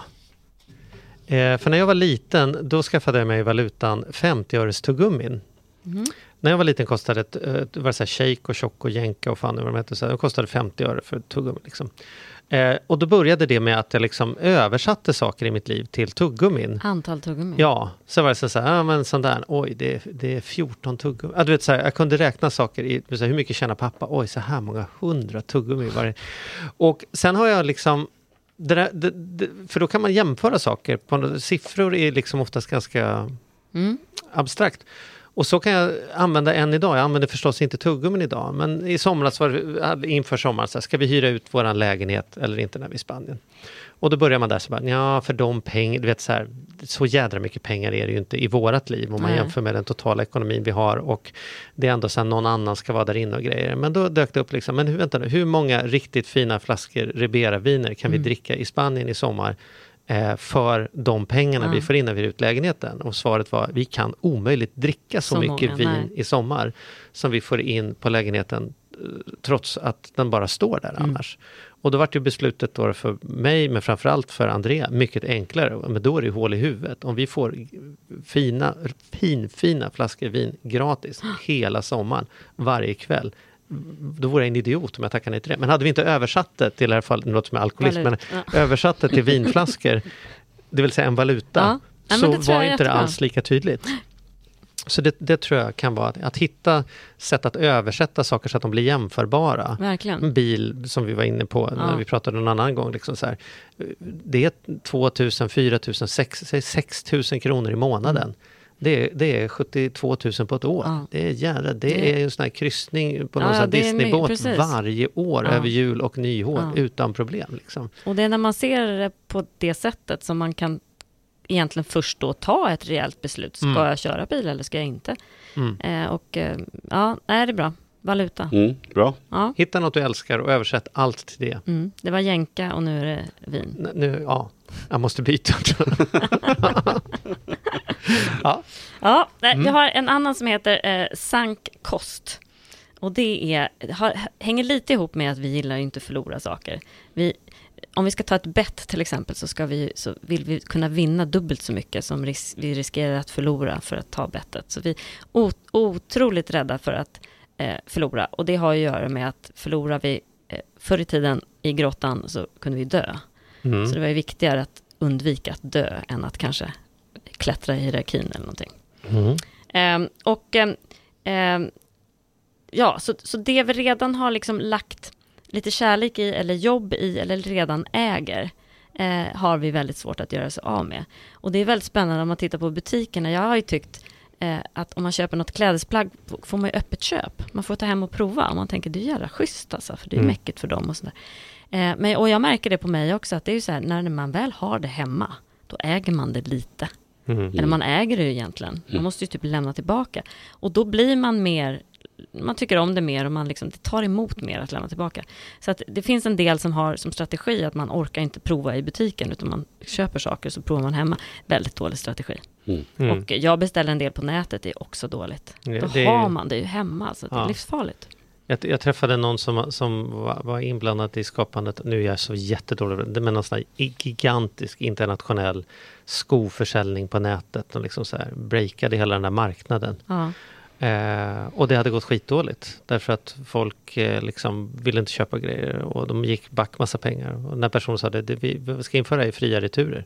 Eh, för när jag var liten, då skaffade jag mig valutan femtio-öres tuggummin. Mm. När jag var liten kostade ett, det var så här shake och tjock och jänka och fan vad de hette, så det kostade femtio öre för ett tuggummi liksom. Eh, och då började det med att jag liksom översatte saker i mitt liv till tuggummin. Antal tuggummi. Ja, så var det så här, ja men sån där, oj det är, det är fjorton tuggummi. Ja, du vet så här, jag kunde räkna saker i, så här, hur mycket tjänar pappa? Oj, så här många hundra tuggummi var det. Och sen har jag liksom, det där, det, det, för då kan man jämföra saker. På, siffror är liksom oftast ganska Mm. abstrakt. Och så kan jag använda en idag. Jag använder förstås inte tuggummin idag. Men i somras var det, inför sommaren, så här, ska vi hyra ut våran lägenhet eller inte när vi är i Spanien? Och då börjar man där så bara, ja för de pengar, du vet så här, så jädra mycket pengar är det ju inte i vårat liv om man Nej. jämför med den totala ekonomin vi har, och det är ändå så här, någon annan ska vara där inne och grejer. Men då dök det upp liksom, men hur, vänta nu, hur många riktigt fina flaskor Ribera-viner kan Mm. vi dricka i Spanien i sommar eh, för de pengarna Ja. vi får in när vi är ut lägenheten? Och svaret var, vi kan omöjligt dricka så, Så mycket många, vin nej. i sommar som vi får in på lägenheten eh, trots att den bara står där Mm. annars. Och då var det ju beslutet då för mig, men framförallt för Andrea, mycket enklare. Men då är det hål i huvudet. Om vi får fina, finfina flaskor vin gratis hela sommaren, varje kväll, då vore jag en idiot om jag tackar nej till det. Men hade vi inte översatt det till, i alla fall, nu låter som alkoholism, men Ja. översatt det till vinflaskor, det vill säga en valuta, Ja. Ja, men så det tror jag var är inte det jättebra. alls lika tydligt. Så det, det tror jag kan vara att, att hitta sätt att översätta saker så att de blir jämförbara. Verkligen. En bil som vi var inne på när Ja. vi pratade någon annan gång. Liksom så här, det är två tusen, fyra tusen, sex tusen kronor i månaden. Mm. Det är, det är sjuttiotvå tusen på ett år. Ja. Det är jävla, det, Det- är en sån här kryssning på någon Ja, sån här det är my- Disneybåt precis. varje år Ja. över jul och nyår Ja. utan problem. Liksom. Och det är när man ser det på det sättet som man kan egentligen först då ta ett rejält beslut. Ska Mm. jag köra bil eller ska jag inte? Mm. Eh, och eh, ja, nej, det är bra. Valuta. Mm, bra. Ja, Hitta något du älskar och översätt allt till det. mm. Det var jänka och nu är det vin. N- Nu, ja, jag måste byta. ja. Ja, nej, Mm. vi har en annan som heter eh, sank kost. Och det är, har, hänger lite ihop med att vi gillar ju inte förlora saker. Vi, om vi ska ta ett bett till exempel så, ska vi, så vill vi kunna vinna dubbelt så mycket som ris- vi riskerar att förlora för att ta bettet. Så vi är ot- otroligt rädda för att eh, förlora. Och det har ju att göra med att förlorar vi eh, förr i tiden i grottan så kunde vi dö. Mm. Så det var ju viktigare att undvika att dö än att kanske klättra i hierarkin eller någonting. Mm. Ehm, och ehm, ehm, ja, så, så det vi redan har liksom lagt lite kärlek i eller jobb i eller redan äger eh, har vi väldigt svårt att göra sig av med. Och det är väldigt spännande om man tittar på butikerna. Jag har ju tyckt eh, att om man köper något klädesplagg får man ju öppet köp. Man får ta hem och prova och man tänker det är jävla schysst alltså, för det är Mm. mäckigt för dem och sådär. Eh, men, och jag märker det på mig också att det är ju så här, när man väl har det hemma då äger man det lite. Mm. Eller man äger det ju egentligen. Man måste ju typ lämna tillbaka. Och då blir man mer, man tycker om det mer och man liksom, det tar emot mer att lämna tillbaka. Så att det finns en del som har som strategi att man orkar inte prova i butiken utan man köper saker så provar man hemma. Väldigt dålig strategi. Mm. Mm. Och jag beställer en del på nätet, det är också dåligt. Ja, Då det är- har man det ju hemma, så det är Ja. livsfarligt. Jag, jag träffade någon som, som var, var inblandad i skapandet, nu är jag så jättedålig, det men en sån här gigantisk internationell skoförsäljning på nätet och liksom så här breakade hela den där marknaden. Ja. Eh, och det hade gått skitdåligt därför att folk eh, liksom ville inte köpa grejer och de gick back massa pengar. Och den här personen sa det, det vi, vi ska införa i fria returer.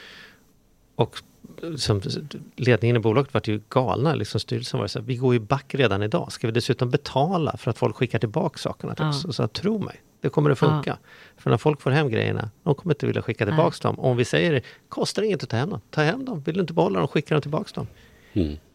Och som ledningen i bolaget var ju galna, liksom styrelsen var så här, vi går ju back redan idag. Ska vi dessutom betala för att folk skickar tillbaka sakerna till Ja. oss? Och så tro mig, det kommer att funka. För när folk får hem grejerna, de kommer inte vilja skicka tillbaka dem. Om vi säger det, kostar inget att ta hem dem. Ta hem dem, vill du inte behålla dem, skicka dem tillbaka dem. Mm.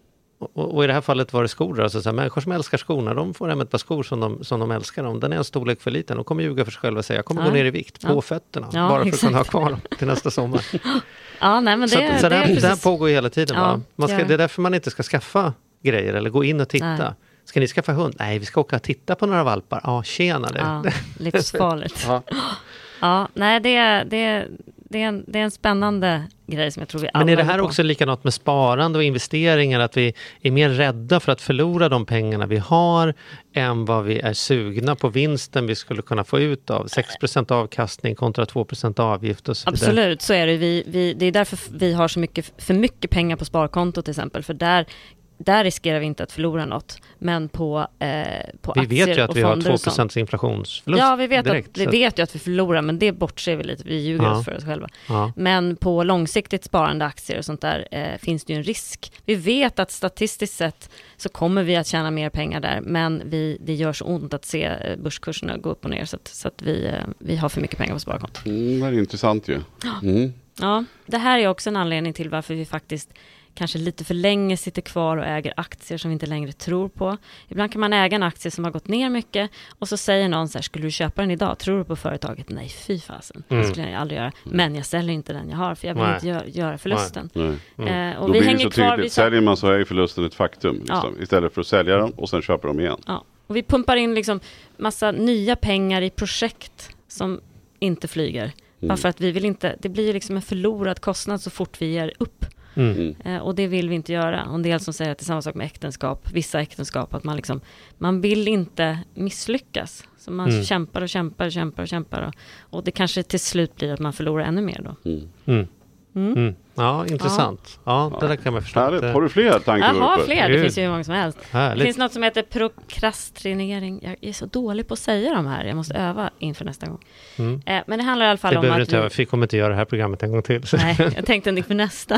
och, och i det här fallet var det skor. Alltså så här, människor som älskar skorna, de får hem ett par skor som de, som de älskar dem. Den är en storlek för liten. De kommer ljuga för sig själva och säga, jag kommer ja. gå ner i vikt på ja. fötterna. Ja, bara för exakt. att kunna ha kvar dem till nästa sommar. Ja, nej, men det, så det, så det, det, är det här pågår hela tiden. Ja, Va? Man ska, det, det är därför man inte ska skaffa grejer eller gå in och titta. Nej. Ska ni skaffa hund? Nej, vi ska åka och titta på några valpar. Ja, tjena det. Ja, livsfarligt. ja. ja, nej, det, det, det, är en, det är en spännande grej som jag tror vi alla. Men är det här också likadant med sparande och investeringar? Att vi är mer rädda för att förlora de pengarna vi har än vad vi är sugna på vinsten vi skulle kunna få ut av. sex procent avkastning kontra två procent avgift och så vidare. Absolut, så är det. Vi, vi, det är därför vi har så mycket, för mycket pengar på sparkonto till exempel. För där Där riskerar vi inte att förlora något. Men på, eh, på vi aktier vet ju att och vi har fonder två procent inflationsförlust. Ja, vi vet, direkt, att, vi vet ju att vi förlorar, men det bortser vi lite. Vi ljuger ja. oss för oss själva. Ja. Men på långsiktigt sparande aktier och sånt där eh, finns det ju en risk. Vi vet att statistiskt sett så kommer vi att tjäna mer pengar där, men vi, det gör så ont att se börskurserna gå upp och ner så att, så att vi, eh, vi har för mycket pengar på sparkontot. Mm, det är intressant ju. Mm. Ja, det här är också en anledning till varför vi faktiskt kanske lite för länge sitter kvar och äger aktier som vi inte längre tror på. Ibland kan man äga en aktie som har gått ner mycket och så säger någon så här, skulle du köpa den idag? Tror du på företaget? Nej, fy fasen. Det skulle jag aldrig göra. Men jag säljer inte den jag har för jag vill Nej. inte göra, göra förlusten. Nej. Eh, och Då vi blir hänger det så kvar tydligt. vid... Säljer man så är ju förlusten ett faktum. Liksom. Ja. Istället för att sälja dem och sen köpa dem igen. Ja. Och vi pumpar in liksom massa nya pengar i projekt som inte flyger. Mm. Bara för att vi vill inte... Det blir liksom en förlorad kostnad så fort vi ger upp. Mm. Eh, och det vill vi inte göra. Och en del som säger att det är samma sak med äktenskap, vissa äktenskap, att man liksom, man vill inte misslyckas. Så man mm. kämpar och kämpar och kämpar och kämpar och, och det kanske till slut blir att man förlorar ännu mer då. Mm. Mm. Mm. Mm. Ja, intressant. Ja, ja, det där kan man förstå. Härligt. Har du fler tankar? Jag har fler, det finns ju hur många som helst. Härligt. Det finns något som heter prokrastinering. Jag är så dålig på att säga de här. Jag måste öva inför nästa gång. Mm. Eh, men det handlar i alla fall det om att inte vi... Vi kommer inte göra det här programmet en gång till. Nej, jag tänkte inte för nästa.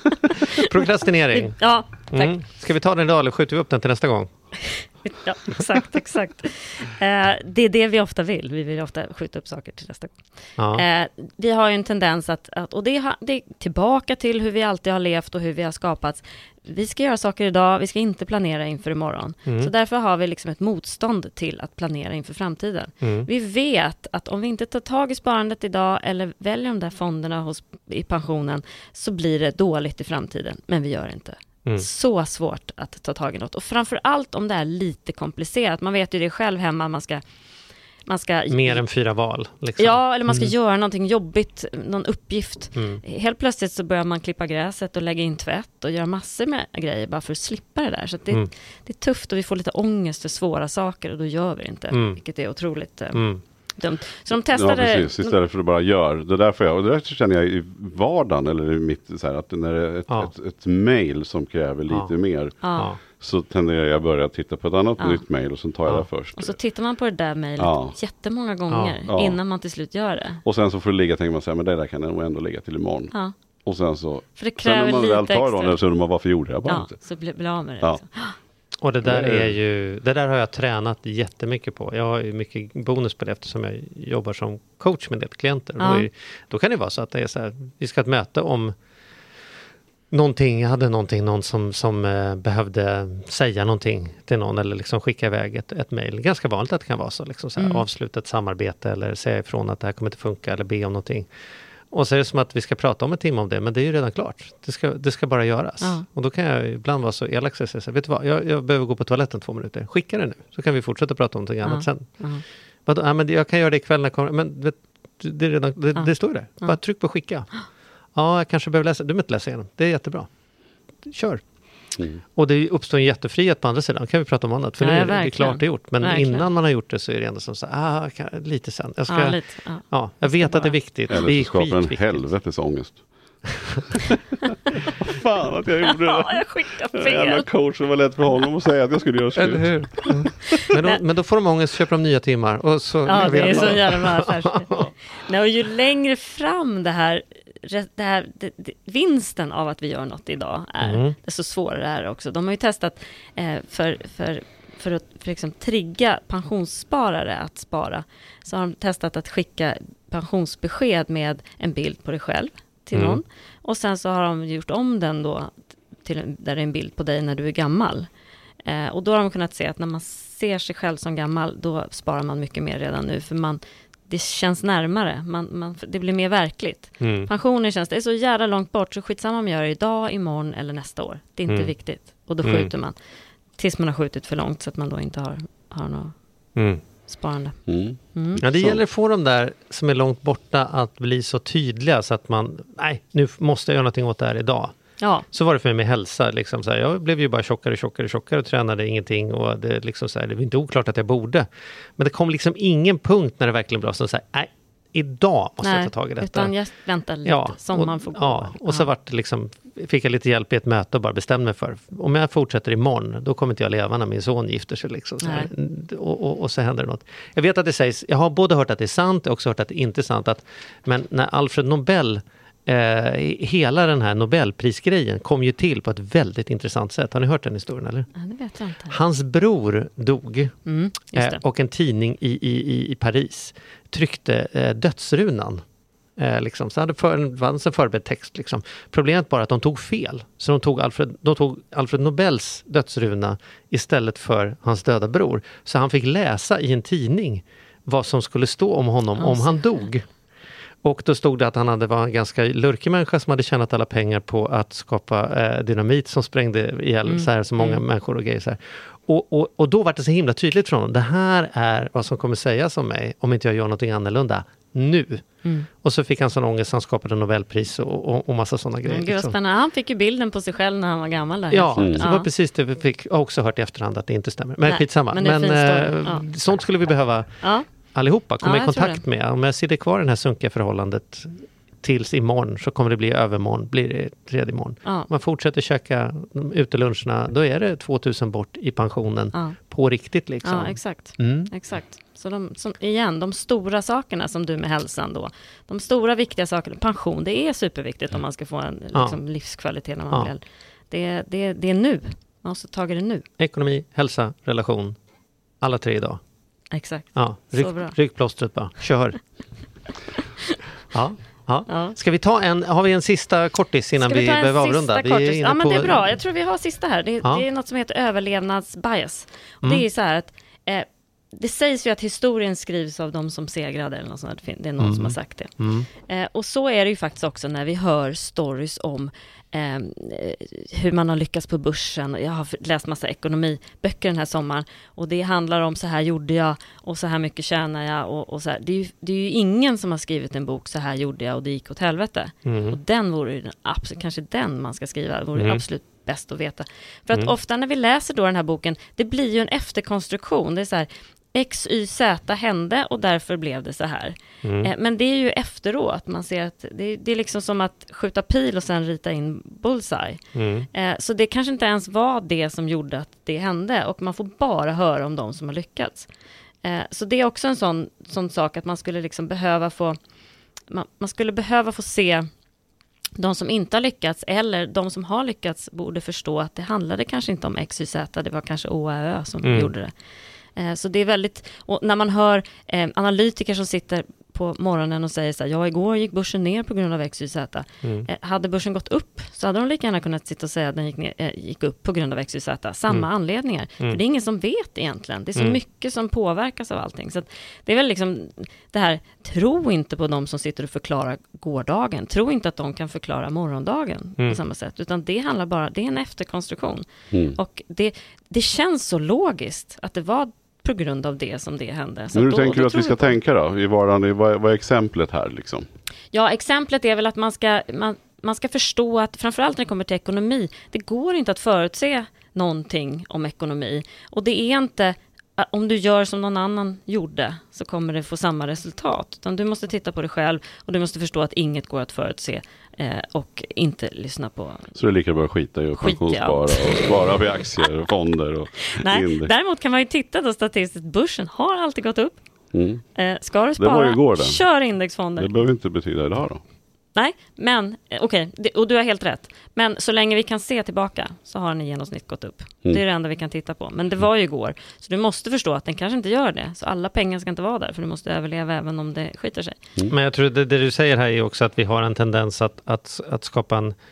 Prokrastinering. Ja, tack. Mm. Ska vi ta den idag eller skjuter vi upp den till nästa gång? Ja, exakt, exakt. Eh, det är det vi ofta vill. Vi vill ofta skjuta upp saker till nästa gång. Ja. Eh, vi har ju en tendens att, att och det, har, det är tillbaka till hur vi alltid har levt och hur vi har skapats. Vi ska göra saker idag, vi ska inte planera inför imorgon. Mm. Så därför har vi liksom ett motstånd till att planera inför framtiden. Mm. Vi vet att om vi inte tar tag i sparandet idag eller väljer de där fonderna hos, i pensionen så blir det dåligt i framtiden. Men vi gör inte. Mm. Så svårt att ta tag i något. Och framförallt om det är lite komplicerat. Man vet ju det själv hemma. Man ska, man ska, Mer än fyra val. Liksom. Ja, eller man ska mm. göra någonting jobbigt. Någon uppgift. Mm. Helt plötsligt så börjar man klippa gräset och lägga in tvätt. Och göra massor med grejer bara för att slippa det där. Så att det, mm. det är tufft och vi får lite ångest för svåra saker. Och då gör vi det inte. Mm. Vilket är otroligt... Mm. Dumt. Så de testade... Ja, precis. Istället för att bara gör. Det är därför jag, och det där känner jag i vardagen, eller i mitt, så här, att när det är ett, ja. ett, ett mail som kräver lite ja. mer, ja. så tenderar jag att börja titta på ett annat ja. nytt mail och sen tar jag ja. det först. Och så tittar man på det där mejlet ja. jättemånga gånger ja. innan man till slut gör det. Och sen så får det ligga, tänker man säga, men det där kan jag nog ändå lägga till imorgon. Ja. Och sen så, för det kräver sen när man lite väl tar extra. Då, så undrar man varför gjorde jag bara ja, inte. Så blir jag av med det. Ja. Liksom. Och det där är ju, det där har jag tränat jättemycket på. Jag har ju mycket bonus på det eftersom jag jobbar som coach med en del klienter. Ja. Då, är, då kan det vara så att det är så här, vi ska ha ett möte om någonting, jag hade någonting, någon som, som eh, behövde säga någonting till någon eller liksom skicka iväg ett, ett mejl. Ganska vanligt att det kan vara så, liksom så här, mm. avsluta ett samarbete eller säga ifrån att det här kommer inte funka eller be om någonting. Och så är det som att vi ska prata om en timme om det, men det är ju redan klart. Det ska, det ska bara göras. Ja. Och då kan jag ibland vara så elak och säga så här, vet du vad, jag, jag behöver gå på toaletten två minuter. Skicka det nu, så kan vi fortsätta prata om någonting ja. annat sen. Ja. Vadå? Ja, men jag kan göra det ikväll när jag kommer. Men vet, det, är redan, det, ja. det står där. Ja. Bara tryck på skicka. Ja, jag kanske behöver läsa. Du behöver inte läsa igenom. Det är jättebra. Kör. Mm. Och det uppstår en jättefrihet på andra sidan. Kan vi prata om annat? För ja, nu är det, det är klart det är gjort. Men verkligen. Innan man har gjort det så är det ändå som så ah, kan, lite sen. Jag, ska, ja, lite, ja. Ja, jag vet bara. Att det är viktigt. Eller det är så skapar en helvetes ångest. Fan att jag gjorde det. Ja, jag skickade fel. Jävla coach, det var lätt för honom att säga att jag skulle göra slut. Eller hur? men, då, men då får de ångest, köper de nya timmar. Och så ja, det är så jävla bra affärsmässigt. Nej, och ju längre fram det här, det här det, det, vinsten av att vi gör något idag är, mm. desto svårare är det också. De har ju testat eh, för, för, för att för liksom trigga pensionssparare att spara. Så har de testat att skicka pensionsbesked med en bild på dig själv till mm. någon. Och sen så har de gjort om den då till, där det är en bild på dig när du är gammal. Eh, och då har de kunnat se att när man ser sig själv som gammal, då sparar man mycket mer redan nu. För man, det känns närmare. Man, man, det blir mer verkligt. Mm. Pensionen känns, det är så jävla långt bort. Så skitsamma om man gör det idag, imorgon eller nästa år. Det är inte Mm. viktigt. Och då Mm. skjuter man. Tills man har skjutit för långt så att man då inte har, har något Mm. sparande. Mm. Mm. Ja, det Så. gäller att få de där som är långt borta att bli så tydliga så att man, nej, nu måste jag göra någonting åt det här idag. Ja, Så var det för mig med hälsa. Liksom så här, jag blev ju bara tjockare, tjockare, tjockare och tränade ingenting. Och det, liksom så här, det var inte oklart att jag borde. Men det kom liksom ingen punkt när det verkligen blev så här, nej, idag måste nej, jag ta tag i detta. utan jag väntar lite, Ja, som och, man får gå. ja, och så Ja. vart det liksom, fick jag lite hjälp i ett möte och bara bestämde mig för, om jag fortsätter imorgon, då kommer inte jag leva när min son gifter sig. Liksom, så här. Och, och, och så händer det något. Jag vet att det sägs, jag har både hört att det är sant, jag har också hört att det inte är sant. Att, men när Alfred Nobel, eh, hela den här Nobelprisgrejen kom ju till på ett väldigt intressant sätt. Har ni hört den historien eller? Ja, det vet jag inte. Hans bror dog Mm, just det. eh, och en tidning i, i, i Paris tryckte eh, dödsrunan. Eh, liksom. Så hade för, fanns en förberedd text. Liksom. Problemet bara att de tog fel. Så de tog, Alfred, de tog Alfred Nobels dödsruna istället för hans döda bror. Så han fick läsa i en tidning vad som skulle stå om honom om han dog. Och då stod det att han hade, var en ganska lurkig människa som hade tjänat alla pengar på att skapa eh, dynamit som sprängde ihjäl Mm. så här så många Mm. människor och grejer. Så här. Och, och, och då var det så himla tydligt från honom. Det här är vad som kommer sägas om mig om inte jag gör någonting annorlunda nu. Mm. Och så fick han sån ångest, han skapade Nobelpris och, och, och massa sådana grejer. Mm, gud vad liksom. spännande. Han fick ju bilden på sig själv när han var gammal där. Ja, Mm. det var precis det vi fick. Jag har också hört i efterhand att det inte stämmer. Men Nej, skitsamma. men det är Men, en fin eh, story. Ja. sånt skulle vi behöva Ja. allihopa komma Ja, i jag tror kontakt med. Om jag sitter kvar i det här sunkiga förhållandet tills imorgon så kommer det bli övermorgon, blir det tredje morgon. Ja. Man fortsätter käka uteluncherna, då är det tvåtusen bort i pensionen Ja. på riktigt liksom. Ja, exakt. Mm. Exakt. Så de, som, igen, de stora sakerna som du med hälsan då. De stora viktiga sakerna, pension, det är superviktigt om man ska få en liksom, livskvalitet när man Ja. blir äldre. det, det, det är nu. Man måste ta det nu. Ekonomi, hälsa, relation. Alla tre idag. Exakt. Ja, Så ryck, bra. ryck plåstret bara. Kör. ja. Ja. Ja. Ska vi ta en, har vi en sista kortis innan Ska vi vi ta en behöver sista avrunda? Vi kortis? inne Ja, men på- det är bra. Jag tror vi har sista här. Det, Ja. det är något som heter överlevnadsbias. Och Mm. det är så här att eh, det sägs ju att historien skrivs av de som segrade eller något sånt. Det fin- Det är någon Mm. som har sagt det. Mm. Eh, och så är det ju faktiskt också när vi hör stories om eh, hur man har lyckats på börsen. Jag har läst massa ekonomiböcker den här sommaren och det handlar om så här gjorde jag och så här mycket tjänar jag och, och så här. Det är, ju, det är ju ingen som har skrivit en bok så här gjorde jag och det gick åt helvete. Mm. Och den vore ju den, absolut, kanske den man ska skriva, det vore Mm. absolut bäst att veta. För att Mm. ofta när vi läser då den här boken, det blir ju en efterkonstruktion. Det är så här, X, Y, Z hände och därför blev det så här. Mm. Eh, men det är ju efteråt, man ser att det, det är liksom som att skjuta pil och sen rita in bullseye. Mm. Eh, så det kanske inte ens var det som gjorde att det hände och man får bara höra om de som har lyckats. Eh, så det är också en sån, sån sak att man skulle liksom behöva få man, man skulle behöva få se de som inte har lyckats eller de som har lyckats borde förstå att det handlade kanske inte om X, Y, Z, det var kanske O, Ä, Ö som Mm. gjorde det. Eh, så det är väldigt, och när man hör eh, analytiker som sitter på morgonen och säger så här, ja igår gick börsen ner på grund av X, Y, Z. Mm. Eh, hade börsen gått upp så hade de lika gärna kunnat sitta och säga att den gick, ner, eh, gick upp på grund av X, Y, Z. Samma Mm. anledningar. Mm. För det är ingen som vet egentligen. Det är så Mm. mycket som påverkas av allting. Så att det är väl liksom det här, tro inte på de som sitter och förklarar gårdagen. Tro inte att de kan förklara morgondagen Mm. på samma sätt. Utan det handlar bara, det är en efterkonstruktion. Mm. Och det, det känns så logiskt att det var på grund av det som det hände. Så Men hur då- tänker då du att tror vi ska på- tänka då? I vardagen, vad, vad är exemplet här liksom? Ja, exemplet är väl att man ska, man, man ska förstå att framförallt när det kommer till ekonomi, det går inte att förutse någonting om ekonomi. Och det är inte, om du gör som någon annan gjorde så kommer det få samma resultat. Utan du måste titta på det själv och du måste förstå att inget går att förutse eh, och inte lyssna på... Så det är lika bra att skita i och Skit i pensionsspara allt. och spara vid aktier och fonder och Nej, index. däremot kan man ju titta då statistiskt, börsen har alltid gått upp. Mm. Eh, ska du Det var spara, ju igår den. kör indexfonder. Det behöver inte betyda idag då. Nej, men eh, okej, det- och du har helt rätt. Men så länge vi kan se tillbaka så har den i genomsnitt gått upp. Mm. Det är det enda vi kan titta på. Men det var ju igår. Så du måste förstå att den kanske inte gör det. Så alla pengar ska inte vara där. För du måste överleva även om det skiter sig. Men jag tror det, det du säger här är också att vi har en tendens att, att, att skapa en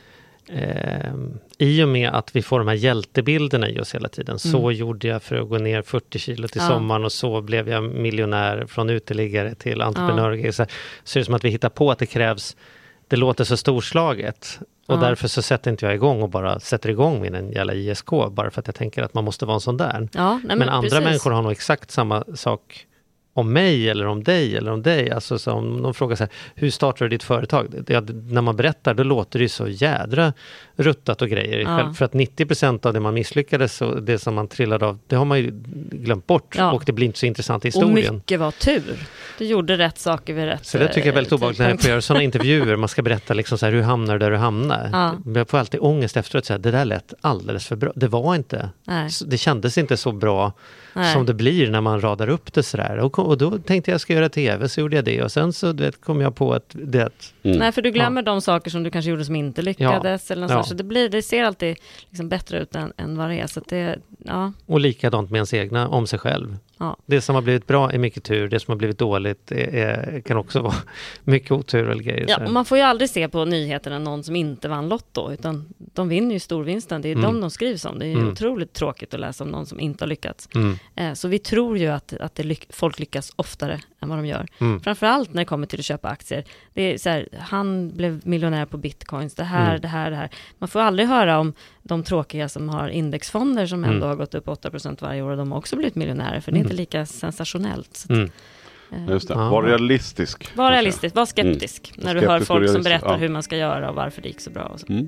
eh, i och med att vi får de här hjältebilderna i oss hela tiden. Så Mm. gjorde jag för att gå ner fyrtio kilo till Ja. sommaren och så blev jag miljonär från uteliggare till entreprenör. Ja. Så, så är det som att vi hittar på att det krävs, det låter så storslaget. Och Ja. därför så sätter inte jag igång och bara sätter igång min en jävla I S K bara för att jag tänker att man måste vara en sån där. Ja, nej, men men andra precis. människor har nog exakt samma sak om mig eller om dig eller om dig. Alltså så om de frågar så här, hur startar du ditt företag? Det, det, när man berättar, då låter det ju så jädra ruttat och grejer. Ja. Själv, för att nittio procent av det man misslyckades och det som man trillade av, det har man ju glömt bort. Ja. Och det blir inte så intressant i Och historien. mycket var tur. Du gjorde rätt saker vid rätt Så det tycker jag är väldigt eh, obehagligt när jag tidpunkt. får göra sådana intervjuer. Man ska berätta liksom så här, hur hamnar du där du hamnar? Ja. Jag får alltid ångest efteråt. Så här, det där lät alldeles för bra. Det var inte. Nej. Det kändes inte så bra Nej. som det blir när man radar upp det sådär. Och, och då tänkte jag ska göra tv, så gjorde jag det. Och sen så du vet, kom jag på att det... Mm. Nej, för du glömmer de saker som du kanske gjorde som inte lyckades. Eller något Ja. sånt. Så det, blir, det ser alltid liksom bättre ut än, än vad det är. Så att det, ja, Och likadant med ens egna, om sig själv. ja. Det som har blivit bra är mycket tur. Det som har blivit dåligt är, är, kan också vara mycket otur eller grejer. Ja, Så- och man får ju aldrig se på nyheterna någon som inte vann Lotto, utan de vinner ju storvinsten. Det är Mm. de de skrivs om. Det är ju Mm. otroligt tråkigt att läsa om någon som inte har lyckats. Mm. Eh, så vi tror ju att, att det lyck- folk lyckas oftare än vad de gör. Mm. Framförallt när det kommer till att köpa aktier. Det är så här, han blev miljonär på bitcoins, det här, Mm. det här, det här. Man får aldrig höra om de tråkiga som har indexfonder som ändå Mm. har gått upp åtta procent varje år och de har också blivit miljonärer, för det är Mm. inte lika sensationellt. Så att, Mm. eh, Just det. Ja. Var realistisk. var realistisk, var skeptisk när du hör Skeptisk och folk som realistisk, berättar ja. hur man ska göra och varför det gick så bra. Och så. Mm.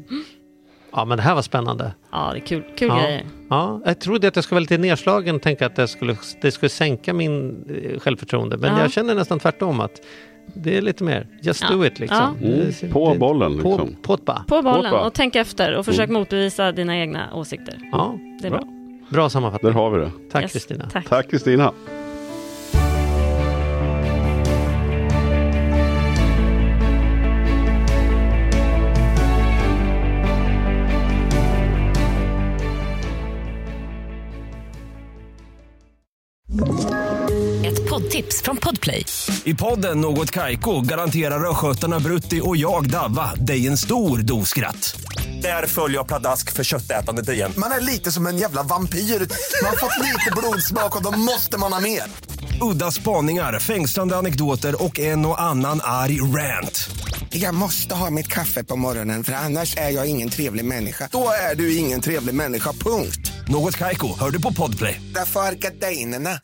Ja, men det här var spännande. Ja, det är kul, kul Ja. grejer. Ja, jag trodde att jag skulle vara lite nedslagen och tänka att det skulle, det skulle sänka min eh, självförtroende. Men Ja. jag känner nästan tvärtom att det är lite mer, just Ja. do it liksom. Mm. Det- På det- bollen På, liksom. på ett bara. På bollen Hoppa. och tänk efter och försök Mm. motbevisa dina egna åsikter. Ja, Det är Bra. bra. bra Där sammanfattning. har vi det. Tack Yes. Kristina. Tack. Tack Kristina. Ett poddtips från Podplay. I podden Något Kaiko garanterar östgötarna Brutti och jag Davva dig en stor dos skratt. Där följer jag pladask för köttätandet igen. Man är lite som en jävla vampyr. Man har fått lite blodsmak och då måste man ha mer. Udda spaningar, fängslande anekdoter och en och annan arg rant. Jag måste ha mitt kaffe på morgonen för annars är jag ingen trevlig människa. Då är du ingen trevlig människa, punkt. Något Kaiko, hör du på Podplay. Därför är gardinerna.